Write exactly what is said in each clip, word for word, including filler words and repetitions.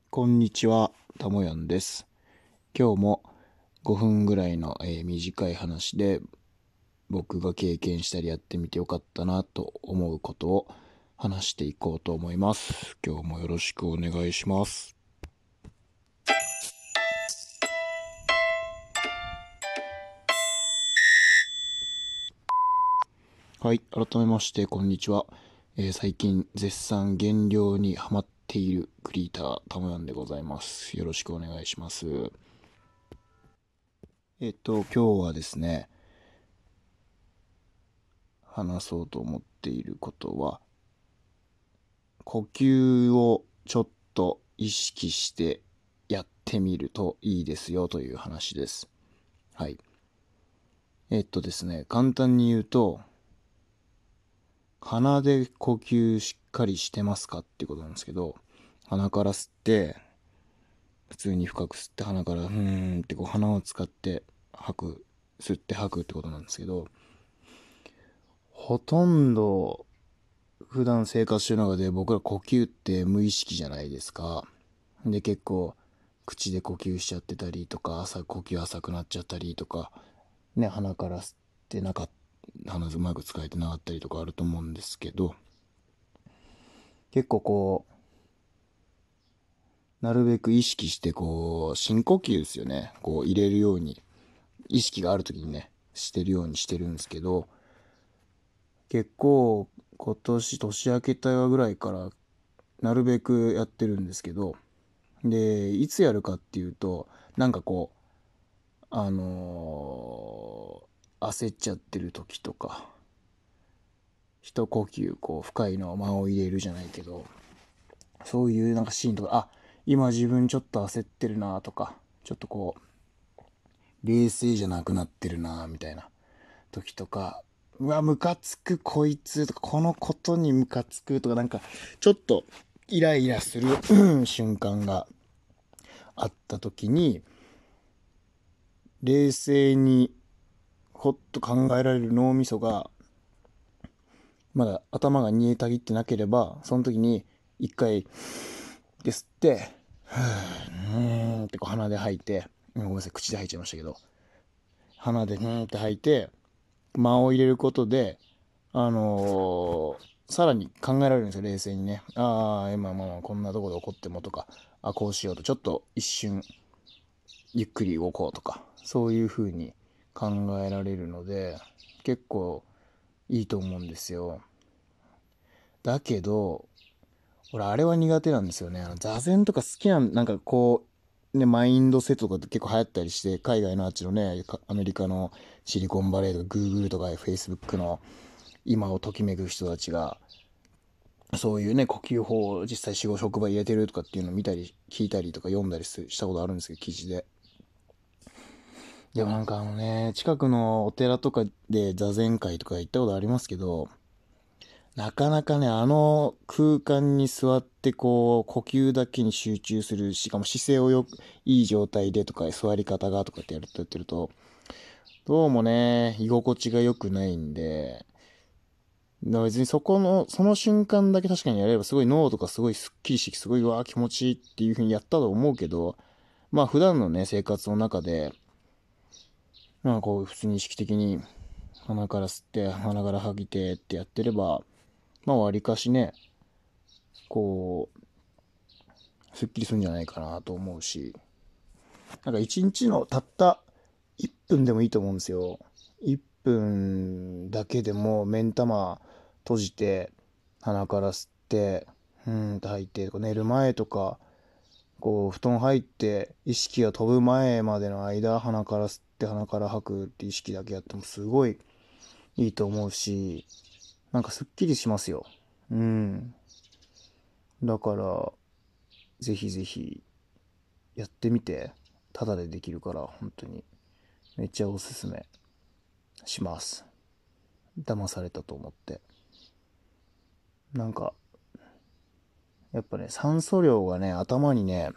こんにちは、たもやんです。今日もごふんぐらいの、えー短い話で僕が経験したりやってみてよかったなと思うことを話していこうと思います。今日もよろしくお願いします。はい、改めましてこんにちは。えー最近絶賛減量にハマっているクリエイターたもやんでございます。よろしくお願いします。えっと、今日はですね、話そうと思っていることは、呼吸をちょっと意識してやってみるといいですよという話です。はい。えっとですね、簡単に言うと、鼻で呼吸しっかりしてますかっていうことなんですけど、鼻から吸って、普通に深く吸って鼻からふーんってこう鼻を使って吐く、吸って吐くってことなんですけど、ほとんど普段生活してる中で僕ら呼吸って無意識じゃないですか。で、結構口で呼吸しちゃってたりとか、朝呼吸浅くなっちゃったりとか、ね、鼻から吸ってなかった、鼻うまく使えてなかったりとかあると思うんですけど、結構こう、なるべく意識してこう、深呼吸ですよね。こう入れるように、意識がある時にね、してるようにしてるんですけど、結構今年年明けたぐらいからなるべくやってるんですけど、で、いつやるかっていうと、なんかこう、あのー焦っちゃってる時とか、一呼吸こう深いの間を入れるじゃないけど、そういうなんかシーンとか、あ、今自分ちょっと焦ってるなとか、ちょっとこう、冷静じゃなくなってるなみたいな時とか、うわ、ムカつくこいつとか、このことにムカつくとか、なんか、ちょっとイライラする瞬間があった時に、冷静にほっと考えられる脳みそがまだ頭が煮えたぎってなければ、その時に一回で吸って、ふーんってこう鼻で吐いて、ごめんなさい、口で吐いちゃいましたけど、鼻でふーんって吐いて、間を入れることで、あのーさらに考えられるんですよ、冷静にね。ああ、今まあまあこんなとこで怒ってもとか、あ、こうしようと、ちょっと一瞬ゆっくり動こうとか、そういう風に考えられるので、結構いいと思うんですよ。だけど、俺あれは苦手なんですよね。あの座禅とか好きな、なんかこう、ね、マインドセットとかって結構流行ったりして、海外のあっちのね、アメリカのシリコンバレーとか、グーグルとかフェイスブックの今をときめく人たちが、そういうね、呼吸法を実際仕事、職場入れてるとかっていうのを見たり、聞いたりとか読んだりしたことあるんですけど、記事で。でもなんかあのね、近くのお寺とかで座禅会とか行ったことありますけど、なかなかね、あの空間に座ってこう、呼吸だけに集中する、しかも姿勢をよく、いい状態でとか、座り方がとかってやるとやってると、どうもね、居心地が良くないんで、だから別にそこの、その瞬間だけ確かにやればすごい脳とかすごいスッキリして、すごいわー気持ちいいっていう風にやったと思うけど、まあ普段のね、生活の中で、まあこう普通に意識的に鼻から吸って、鼻から吐いてってやってれば、まあわりかしね、こう、すっきりするんじゃないかなと思うし、なんか一日のたったいっぷんでもいいと思うんですよ。いっぷんだけでも目ん玉閉じて、鼻から吸って、ふーんと吐いて、寝る前とか、こう、布団入って意識が飛ぶ前までの間、鼻から吸って鼻から吐くって意識だけやってもすごいいいと思うし、なんかすっきりしますよ。うん。だから、ぜひぜひやってみて。ただでできるから、本当に。めっちゃおすすめします。騙されたと思って。なんか、やっぱね、酸素量がね、頭にね、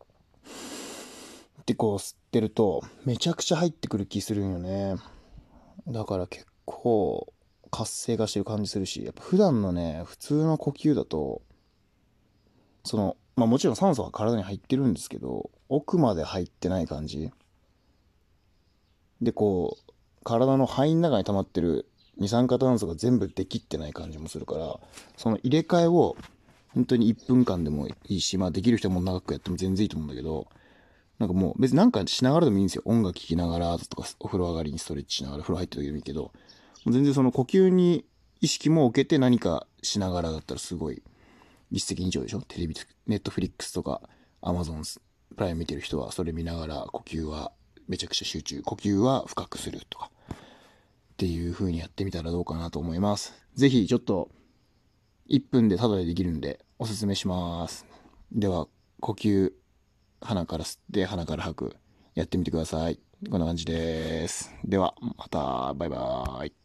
ってこう吸ってると、めちゃくちゃ入ってくる気するんよね。だから結構、活性化してる感じするし、やっぱ普段のね、普通の呼吸だと、その、 まあもちろん酸素は体に入ってるんですけど、奥まで入ってない感じ。で、こう、体の肺の中に溜まってる二酸化炭素が全部できってない感じもするから、その入れ替えを本当にいっぷんかんでもいいし、まあできる人も長くやっても全然いいと思うんだけど、なんかもう別になんかしながらでもいいんですよ。音楽聴きながらとか、お風呂上がりにストレッチしながら、風呂入ってる時でもいいけど、もう全然その呼吸に意識も置けて何かしながらだったらすごい一石二鳥でしょ。テレビ、ネットフリックスとかアマゾンプライム見てる人はそれ見ながら呼吸はめちゃくちゃ集中、呼吸は深くするとかっていう風にやってみたらどうかなと思います。ぜひちょっといっぷんでタダでできるんでおすすめします。では呼吸、鼻から吸って鼻から吐く、やってみてください。こんな感じです。ではまた、バイバーイ。